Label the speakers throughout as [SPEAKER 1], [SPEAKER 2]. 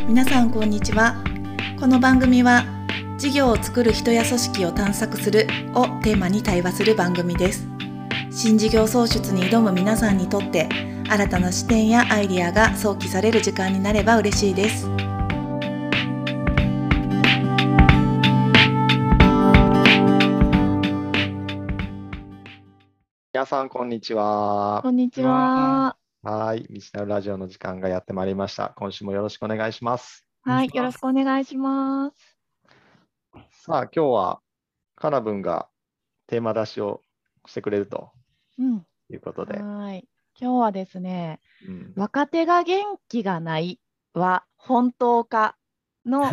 [SPEAKER 1] 皆さんこんにちは。この番組は事業を作る人や組織を探索するをテーマに対話する番組です。新事業創出に挑む皆さんにとって新たな視点やアイディアが想起される時間になれば嬉しいです。
[SPEAKER 2] 皆さんこんにちは。
[SPEAKER 3] こんにちは。
[SPEAKER 2] はい、道なるラジオの時間がやってまいりました。今週もよろしくお願いします。
[SPEAKER 3] はい、よろしくお願いします。
[SPEAKER 2] さあ、今日はカナブンがテーマ出しをしてくれるということで。
[SPEAKER 3] はい。今日はですね、若手が元気がないは本当かの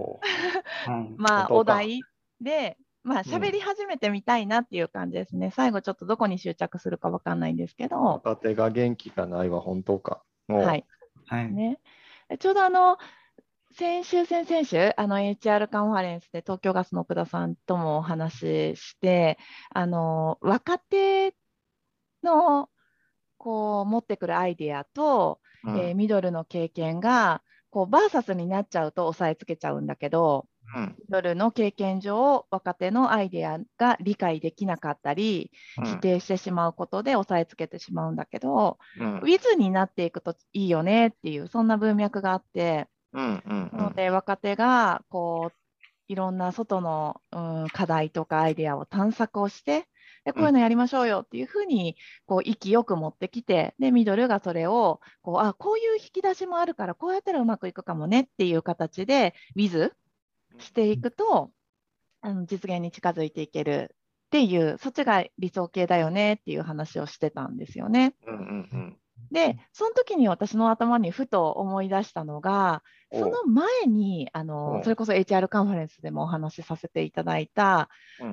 [SPEAKER 3] お題で、喋り始めてみたいなっていう感じですね。最後ちょっとどこに執着するかわかんないんですけど。
[SPEAKER 2] 若手が元気がないは本当か。
[SPEAKER 3] はい。ね。ちょうど先週、先々週、HR カンファレンスで東京ガスの奥田さんともお話しして、若手の持ってくるアイディアと、ミドルの経験がバーサスになっちゃうと押さえつけちゃうんだけど、ミドルの経験上若手のアイデアが理解できなかったり、否定してしまうことで押さえつけてしまうんだけど、ウィズになっていくといいよねっていうそんな文脈があって、なので若手がいろんな外の、課題とかアイデアを探索をしてでこういうのやりましょうよっていうふうに意気よく持ってきて、でミドルがそれをこういう引き出しもあるからこうやったらうまくいくかもねっていう形でウィズしていくと実現に近づいていけるっていう、そっちが理想形だよねっていう話をしてたんですよね。でその時に私の頭にふと思い出したのが、その前にそれこそ HR カンファレンスでもお話しさせていただいた、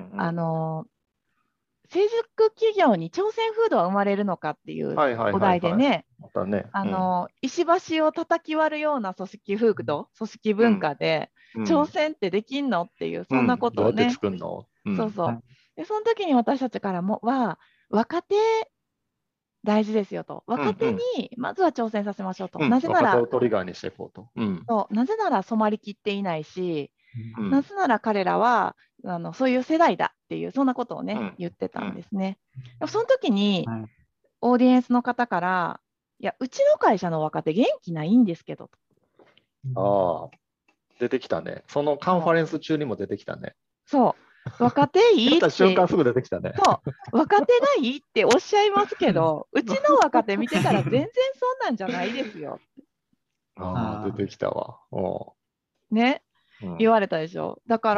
[SPEAKER 3] 成熟企業に挑戦風土は生まれるのかっていうお題でね、石橋を叩き割るような組織風土、組織文化で、挑戦ってできんのっていう、そんなことをね。
[SPEAKER 2] どうやって作るの？
[SPEAKER 3] そうそう。で、その時に私たちからも若手大事ですよと。若手にまずは挑戦させましょうと。なぜなら、
[SPEAKER 2] 若手をトリガーにしていこうと。
[SPEAKER 3] そう、なぜなら染まりきっていないし、なぜなら彼らはそういう世代だっていう、そんなことをね、言ってたんですね。でもその時に、オーディエンスの方から、いや、うちの会社の若手元気ないんですけど
[SPEAKER 2] と。出てきたね。そのカンファレンス中にも出てきたね。
[SPEAKER 3] そう。若手いいって。
[SPEAKER 2] 瞬間すぐ出てきたね。
[SPEAKER 3] そう。若手がいいっておっしゃいますけど、うちの若手見てたら全然そんなんじゃないですよ。
[SPEAKER 2] 出てきたわ。
[SPEAKER 3] ね。言われたでしょ。だから、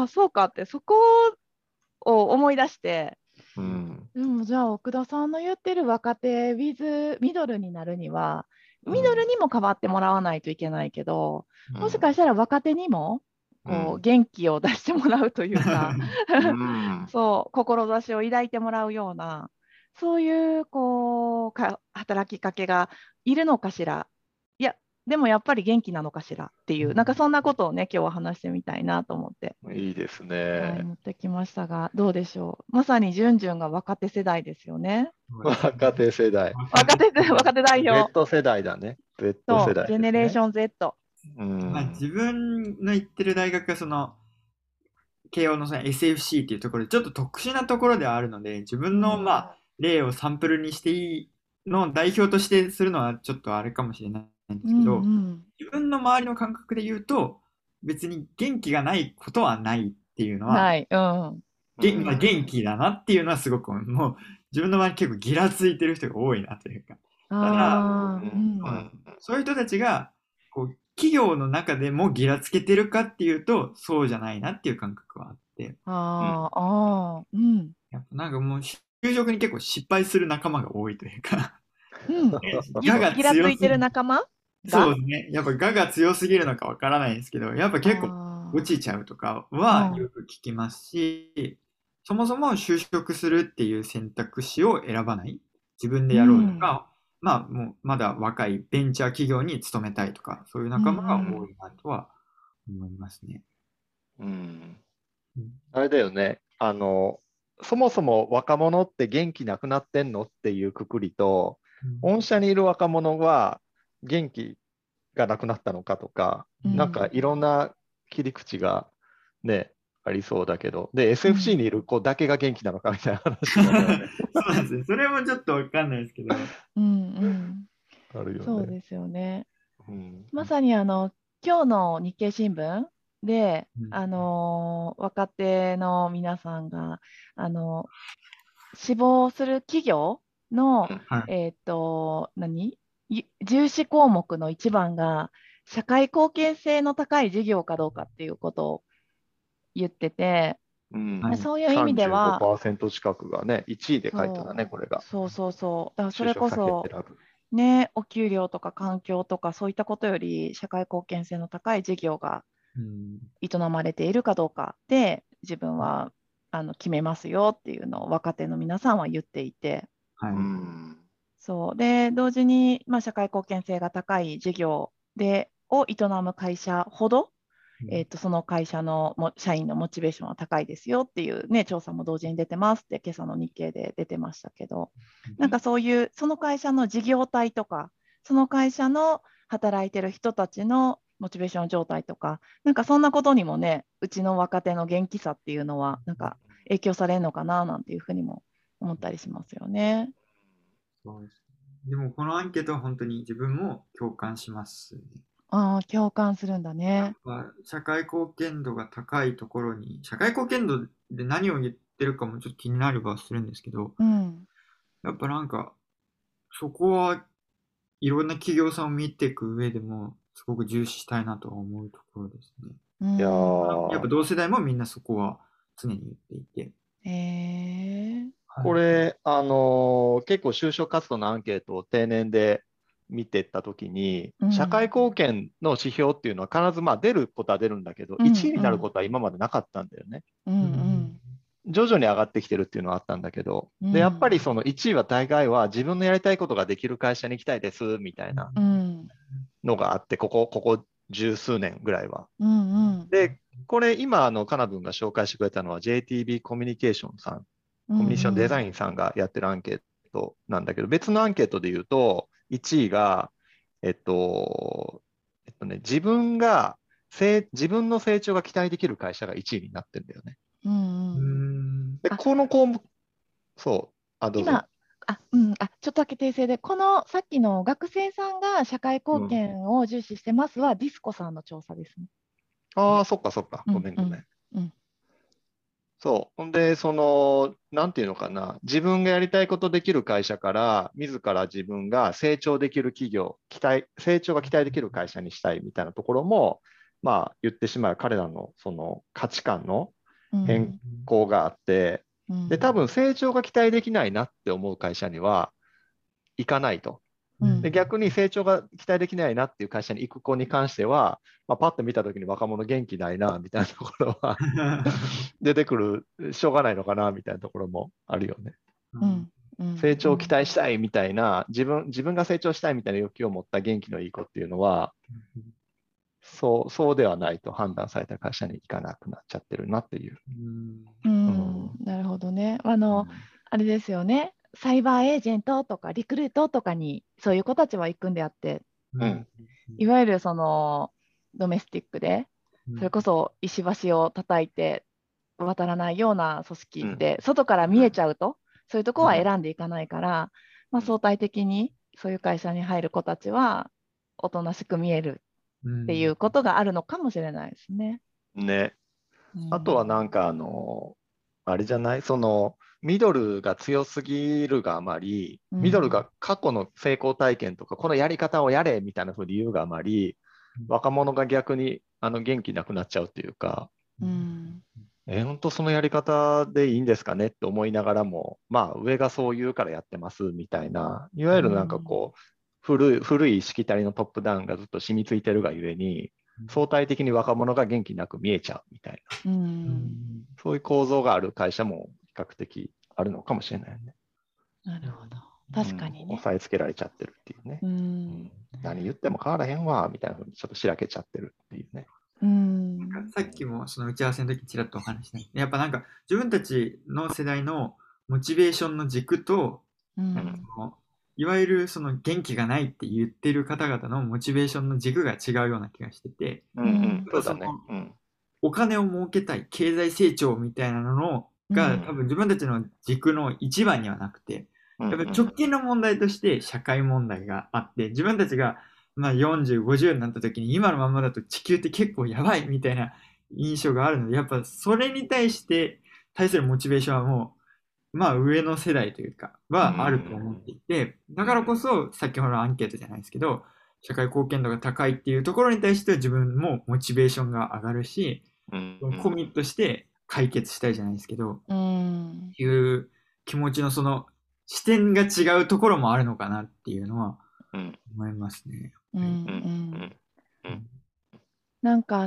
[SPEAKER 3] そうかって、そこを思い出して、でもじゃあ奥田さんの言ってる若手 with ミドルになるには、ミドルにも変わってもらわないといけないけど、もしかしたら若手にも元気を出してもらうというかそう、志を抱いてもらうような、そういう働きかけがいるのかしら。いや、でもやっぱり元気なのかしらっていう、なんかそんなことをね、今日は話してみたいなと思って。
[SPEAKER 2] いいですね。
[SPEAKER 3] 持ってきましたが、どうでしょう。まさにじゅんじゅんが若手世代ですよね。
[SPEAKER 2] 若手世代。
[SPEAKER 3] 若手代表。
[SPEAKER 2] Z 世代だね。Z 世代、
[SPEAKER 3] ジェネレーション Z。
[SPEAKER 4] 自分の行ってる大学は慶応のSFC っていうところでちょっと特殊なところではあるので、自分の例をサンプルにしていいの代表としてするのはちょっとあれかもしれないんですけど、自分の周りの感覚で言うと別に元気がないことはないっていうのは、元気だなっていうのはすごくもう自分の周り結構ギラついてる人が多いなというか、ただ、そういう人たちが企業の中でもギラつけてるかっていうとそうじゃないなっていう感覚はあって、やっぱなんかもう就職に結構失敗する仲間が多いというか
[SPEAKER 3] ギラついてる仲間？
[SPEAKER 4] そうですね。やっぱ我が強すぎるのかわからないですけど、やっぱ結構落ちちゃうとかはよく聞きますし、そもそも就職するっていう選択肢を選ばない、自分でやろうとか、もうまだ若いベンチャー企業に勤めたいとか、そういう仲間が多いなとは思いますね。
[SPEAKER 2] あれだよね。そもそも若者って元気なくなってんのっていうくくりと、御社にいる若者は元気がなくなったのかとか、
[SPEAKER 3] うん
[SPEAKER 2] なんかいろんな切り口がね、ありそうだけど、で、SFC にいる子だけが元気なのかみたいな話もね、
[SPEAKER 4] そうなんですね。それもちょっとわかんないですけど。
[SPEAKER 3] うん、
[SPEAKER 2] あるよね。
[SPEAKER 3] そうですよね。
[SPEAKER 2] うん。
[SPEAKER 3] まさに今日の日経新聞で、
[SPEAKER 4] うん。
[SPEAKER 3] 若手の皆さんが、あの、志望する企業の、
[SPEAKER 4] はい。
[SPEAKER 3] 重視項目の一番が、社会貢献性の高い事業かどうかっていうことを言ってて、
[SPEAKER 2] うん。
[SPEAKER 4] はい。
[SPEAKER 3] そういう意味では、
[SPEAKER 2] 35%近くがね、1位で書いてたね、これが。
[SPEAKER 3] そう。だからそれ
[SPEAKER 2] 就職先選
[SPEAKER 3] こそ、
[SPEAKER 2] ぶ。
[SPEAKER 3] ね、お給料とか環境とかそういったことより社会貢献性の高い事業が
[SPEAKER 4] うん。
[SPEAKER 3] 営まれているかどうかで自分は決めますよっていうのを若手の皆さんは言っていて、
[SPEAKER 4] はい。
[SPEAKER 2] うん。
[SPEAKER 3] そうで同時に、社会貢献性が高い事業を営む会社ほど、その会社の社員のモチベーションは高いですよっていう、ね、調査も同時に出てますって今朝の日経で出てましたけど、なんかそういうその会社の事業体とかその会社の働いてる人たちのモチベーション状態とか、なんかそんなことにもね、うちの若手の元気さっていうのはなんか影響されるのかななんていうふうにも思ったりしますよね。
[SPEAKER 4] そうです。でもこのアンケートは本当に自分も共感しますね。
[SPEAKER 3] ああ、共感するんだね。
[SPEAKER 4] 社会貢献度が高いところに、社会貢献度で何を言ってるかもちょっと気になるはするんですけど、
[SPEAKER 3] うん。
[SPEAKER 4] やっぱなんか、そこはいろんな企業さんを見ていく上でも、すごく重視したいなと思うところですね。
[SPEAKER 3] う
[SPEAKER 2] いや
[SPEAKER 3] ん。
[SPEAKER 4] やっぱ同世代もみんなそこは常に言っていて。
[SPEAKER 3] はい。
[SPEAKER 2] これ、結構就職活動のアンケートを定年で見てったときに、社会貢献の指標っていうのは必ずまあ出ることは出るんだけど、1位になることは今までなかったんだよね。徐々に上がってきてるっていうのはあったんだけど、で、やっぱりその1位は大概は自分のやりたいことができる会社に行きたいですみたいなのがあって、ここ十数年ぐらいは。で、これ今カナブンが紹介してくれたのは JTB コミュニケーションさん、コミュニケーションデザインさんがやってるアンケートなんだけど、別のアンケートで言うと、1位が、自分の成長が期待できる会社が1位になってるんだよね。で、この項目、そう、どうぞ。
[SPEAKER 3] ちょっとだけ訂正で、このさっきの学生さんが社会貢献を重視してますは、ディスコさんの調査ですね。
[SPEAKER 2] ああ、そっか。ごめん。そう。ほんで、なんていうのかな。自分がやりたいことできる会社から、自ら自分が成長できる企業、成長が期待できる会社にしたいみたいなところも、まあ、言ってしまう彼らのその価値観の変更があって、で、多分成長が期待できないなって思う会社には行かないと。で、逆に成長が期待できないなっていう会社に行く子に関しては、パッと見たときに若者元気ないなみたいなところは出てくる、しょうがないのかなみたいなところもあるよね。成長を期待したいみたいな、自分が成長したいみたいな欲求を持った元気のいい子っていうのは、そうではないと判断された会社に行かなくなっちゃってるなっていう。
[SPEAKER 3] なるほどね。あれですよね。サイバーエージェントとかリクルートとかにそういう子たちは行くんであって、いわゆるそのドメスティックで、それこそ石橋を叩いて渡らないような組織って、外から見えちゃうと、そういうとこは選んでいかないから、相対的にそういう会社に入る子たちはおとなしく見えるっていうことがあるのかもしれないですね。
[SPEAKER 2] ね。あとはなんかあれじゃない、ミドルが強すぎるがあまり、ミドルが過去の成功体験とか、このやり方をやれみたいなふうに言うがあまり、若者が逆に元気なくなっちゃうっていうか、本当そのやり方でいいんですかねって思いながらも、まあ上がそう言うからやってますみたいな、いわゆるなんかこう、古いしきたりのトップダウンがずっと染みついてるがゆえに、相対的に若者が元気なく見えちゃうみたいな、そういう構造がある会社も比較的あるのかもしれないよね。
[SPEAKER 3] なるほど。確かにね。
[SPEAKER 2] 押さえつけられちゃってるっていうね。何言っても変わらへんわみたいなふうにちょっとしらけちゃってるっていうね。
[SPEAKER 4] なんかさっきもその打ち合わせの時ちらっとお話しした。やっぱなんか自分たちの世代のモチベーションの軸と、 いわゆるその元気がないって言ってる方々のモチベーションの軸が違うような気がしてて、
[SPEAKER 2] うんうん、そうだ
[SPEAKER 4] その
[SPEAKER 2] ね。うん。
[SPEAKER 4] お金を儲けたい経済成長みたいなのが、多分自分たちの軸の一番にはなくて、やっぱり直近の問題として社会問題があって、自分たちがまあ40、50になった時に今のままだと地球って結構やばいみたいな印象があるので、やっぱそれに対するモチベーションはもう、まあ上の世代というか、はあると思っていて、だからこそ先ほどのアンケートじゃないですけど、社会貢献度が高いっていうところに対しては自分もモチベーションが上がるし、コミットして解決したいじゃないですけど、いう気持ちのその視点が違うところもあるのかなっていうのは思いますね。
[SPEAKER 3] なんか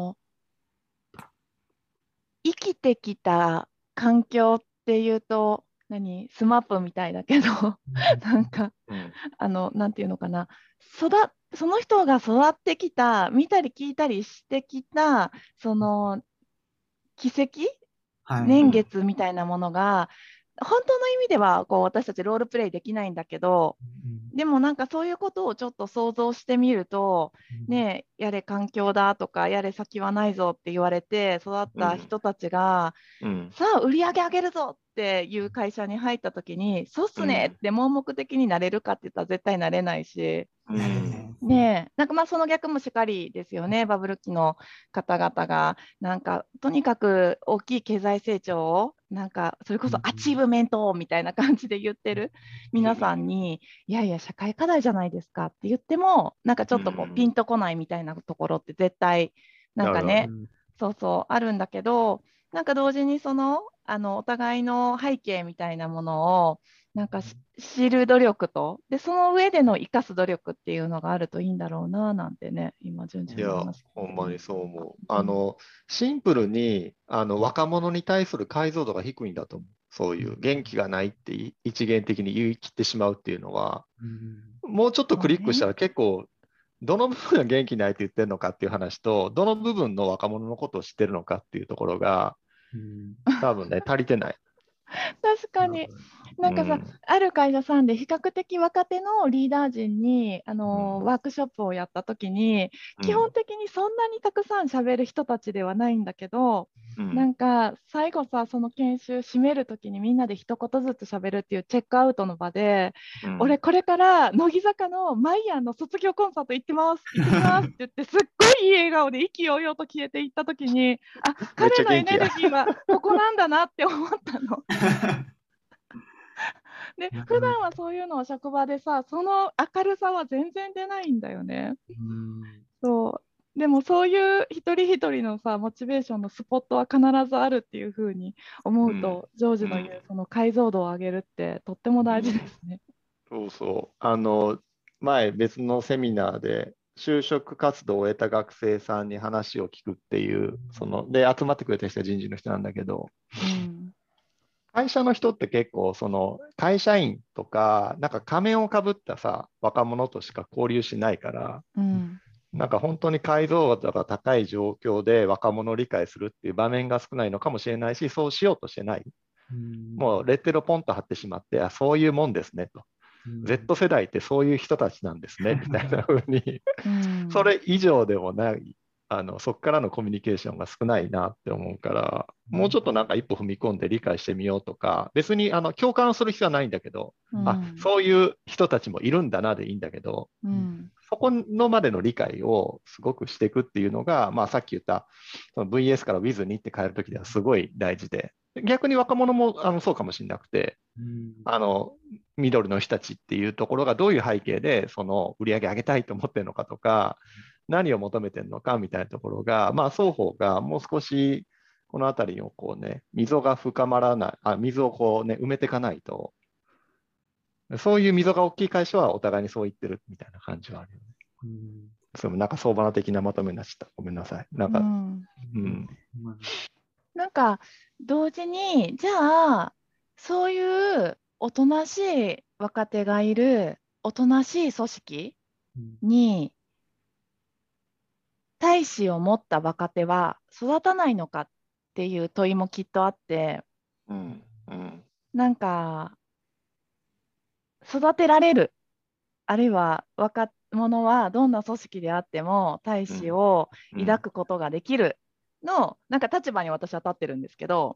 [SPEAKER 3] 生きてきた環境っていうとスマップみたいだけどなんかなんていうのかな、その人が育ってきた、見たり聞いたりしてきたその軌跡、年月みたいなものが本当の意味ではこう私たちロールプレイできないんだけど、でもなんかそういうことをちょっと想像してみると、ね、やれ環境だとかやれ先はないぞって言われて育った人たちが、さあ売り上げ上げるぞっていう会社に入った時に、そうっすねって盲目的になれるかって言ったら絶対なれないし、ね、なんかまあその逆もしかりですよね。バブル期の方々がなんかとにかく大きい経済成長をなんかそれこそアチーブメントみたいな感じで言ってる皆さんに、いやいや社会課題じゃないですかって言ってもなんかちょっとこうピンとこないみたいなところって絶対なんかね、そうそうあるんだけど、なんか同時にお互いの背景みたいなものをなんか知る努力と、でその上での生かす努力っていうのがあるといいんだろうななんてね、今順々の話。
[SPEAKER 2] ほんまにそう思う。シンプルに若者に対する解像度が低いんだと思う。そういう元気がないって一元的に言い切ってしまうっていうのは、もうちょっとクリックしたら結構どの部分が元気ないって言ってるのかっていう話と、どの部分の若者のことを知ってるのかっていうところが多分ね足りてない。
[SPEAKER 3] 確かになんかさ、ある会社さんで比較的若手のリーダー陣にワークショップをやった時に、基本的にそんなにたくさん喋る人たちではないんだけど、なんか最後さ、その研修締める時にみんなで一言ずつ喋るっていうチェックアウトの場で、俺これから乃木坂のマイヤーの卒業コンサート行ってます行ってきますって言って、すっごいいい笑顔で意気揚々と消えていった時に、あ、彼のエネルギーはここなんだなって思ったの。で普段はそういうのを職場でさ、その明るさは全然出ないんだよね。そうでもそういう一人一人のさモチベーションのスポットは必ずあるっていうふうに思うと、ジョージの言うその解像度を上げるってとっても大事ですね。
[SPEAKER 2] そうそう。前別のセミナーで就職活動を終えた学生さんに話を聞くっていう、で集まってくれた人が人事の人なんだけど、会社の人って結構会社員とかなんか仮面をかぶったさ若者としか交流しないから、なんか本当に解像度が高い状況で若者を理解するっていう場面が少ないのかもしれないし、そうしようとしてない。もうレッテルをポンと貼ってしまって、あ、そういうもんですねと。Z 世代ってそういう人たちなんですねみたいな風にそれ以上でもないそこからのコミュニケーションが少ないなって思うから、もうちょっとなんか一歩踏み込んで理解してみようとか、別に共感する必要はないんだけど、あ、そういう人たちもいるんだなでいいんだけど、そこのまでの理解をすごくしていくっていうのが、まあ、さっき言ったその VS から With にって変えるときではすごい大事で、逆に若者もそうかもしれなくて、ミドルの人たちっていうところがどういう背景でその売り上げ上げたいと思ってるのかとか、何を求めてるのかみたいなところが、まあ、双方がもう少しこのあたりをこうね、溝が深まらない、水をこうね、埋めていかないと、そういう溝が大きい会社はお互いにそう言ってるみたいな感じはあるよね。そのなんか相場的なまとめになっちゃった。ごめんなさい。なんか、
[SPEAKER 3] なんか同時に、じゃあそういうおとなしい若手がいるおとなしい組織に大志を持った若手は育たないのかっていう問いもきっとあって、なんか育てられる、あるいは若者はどんな組織であっても大志を抱くことができるの、なんか立場に私は立ってるんですけど、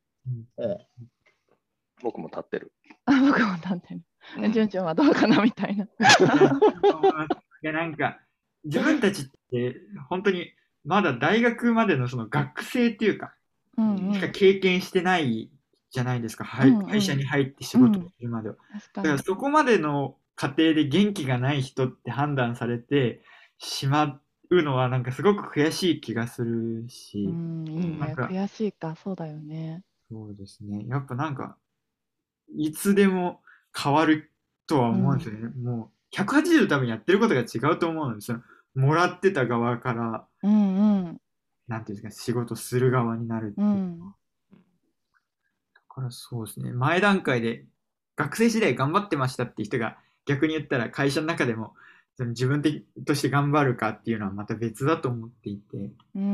[SPEAKER 2] 僕も立ってる。
[SPEAKER 3] 僕も立ってる。じゅんちゅんはどうかなみたいな。
[SPEAKER 4] いや、なんか、自分たちって本当にまだ大学までのその学生っていうか、しか経験してないじゃないですか、会社に入って仕事をするまでは。だからそこまでの過程で元気がない人って判断されてしまうのは、なんかすごく悔しい気がするし。
[SPEAKER 3] いいね、悔しいか、そうだよね。
[SPEAKER 4] そうですね。やっぱなんか、いつでも変わるとは思うんですよね。もう、180度多分やってることが違うと思うんですよ。もらってた側から、なんていうんですか、仕事する側になるっていうのは。だからそうですね。前段階で学生時代頑張ってましたっていう人が逆に言ったら会社の中でもその自分として頑張るかっていうのはまた別だと思っていて。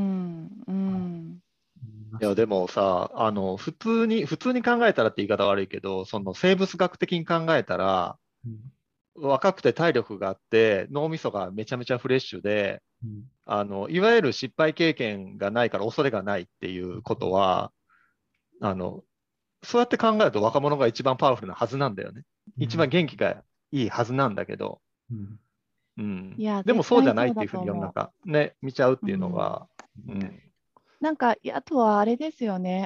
[SPEAKER 2] いやでもさ、普通に考えたらって言い方悪いけど、その生物学的に考えたら、若くて体力があって脳みそがめちゃめちゃフレッシュで、いわゆる失敗経験がないから恐れがないっていうことは、そうやって考えると若者が一番パワフルなはずなんだよね。一番元気がいいはずなんだけど、でもそうじゃないっていうふうに世の中ね見ちゃうっていうのが、
[SPEAKER 3] なんかあとはあれですよね、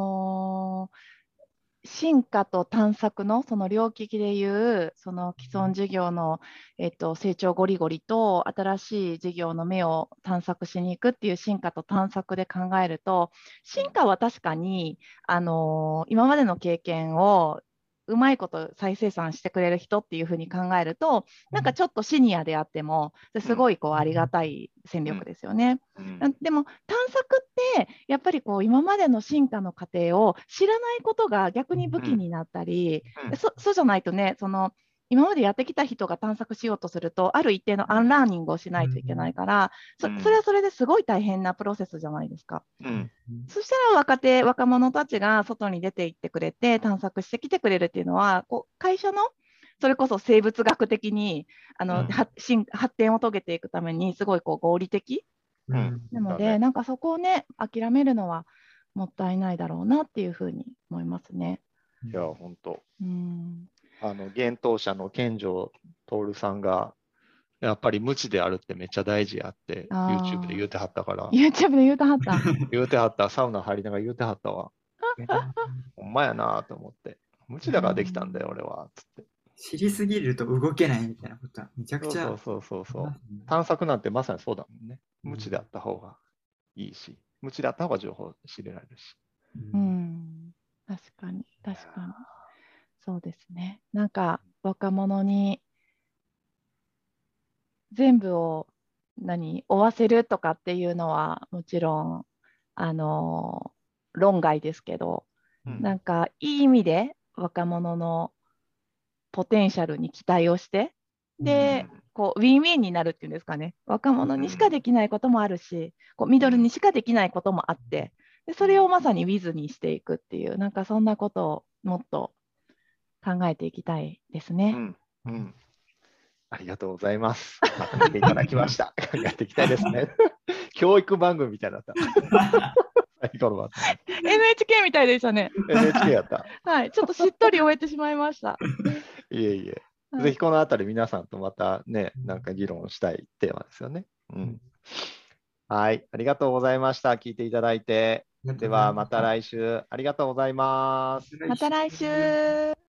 [SPEAKER 3] 進化と探索のその両利きでいうその既存事業の、成長ゴリゴリと新しい事業の芽を探索しに行くっていう進化と探索で考えると、進化は確かに、今までの経験をうまいこと再生産してくれる人っていうふうに考えると、なんかちょっとシニアであってもすごいこうありがたい戦力ですよね。でも探索ってやっぱりこう今までの進化の過程を知らないことが逆に武器になったり、そうじゃないとね、その今までやってきた人が探索しようとするとある一定のアンラーニングをしないといけないから、それはそれですごい大変なプロセスじゃないですか。そしたら若者たちが外に出て行ってくれて探索してきてくれるっていうのは、こう会社のそれこそ生物学的に発展を遂げていくためにすごいこう合理的なので、なんかそこをね諦めるのはもったいないだろうなっていうふうに思いますね。
[SPEAKER 2] いや本当。幻冬舎の健城徹さんがやっぱり無知であるってめっちゃ大事やって YouTube で言うてはったから。
[SPEAKER 3] YouTube で言うてはった
[SPEAKER 2] 言うてはった。サウナ入りながら言うてはったわ。ほんまやなと思って。無知だからできたんだよ俺はつって。
[SPEAKER 4] 知りすぎると動けないみたいなことはめちゃくちゃ。
[SPEAKER 2] そう探索なんてまさにそうだもんね。無知であった方がいいし、無知であった方が情報知れられるし。
[SPEAKER 3] 確かにそうですね。なんか若者に全部を追わせるとかっていうのはもちろん論外ですけど、なんかいい意味で若者のポテンシャルに期待をして、で、こうウィンウィンになるっていうんですかね。若者にしかできないこともあるし、こうミドルにしかできないこともあって、でそれをまさにウィズにしていくっていう、なんかそんなことをもっと考えていきたいですね。
[SPEAKER 2] ありがとうございます。まとめていただきました。やっていきたいですね。教育番組みたいだった。
[SPEAKER 3] NHK みたいでしたね。
[SPEAKER 2] NHK やった。
[SPEAKER 3] はい、ちょっとしっとり終えてしまいました。
[SPEAKER 2] いえいえ。ぜひこのあたり皆さんとまたね、なんか議論したいテーマですよね。はい、ありがとうございました。聞いていただいて。ではまた来週ありがとうございます。
[SPEAKER 3] また来週。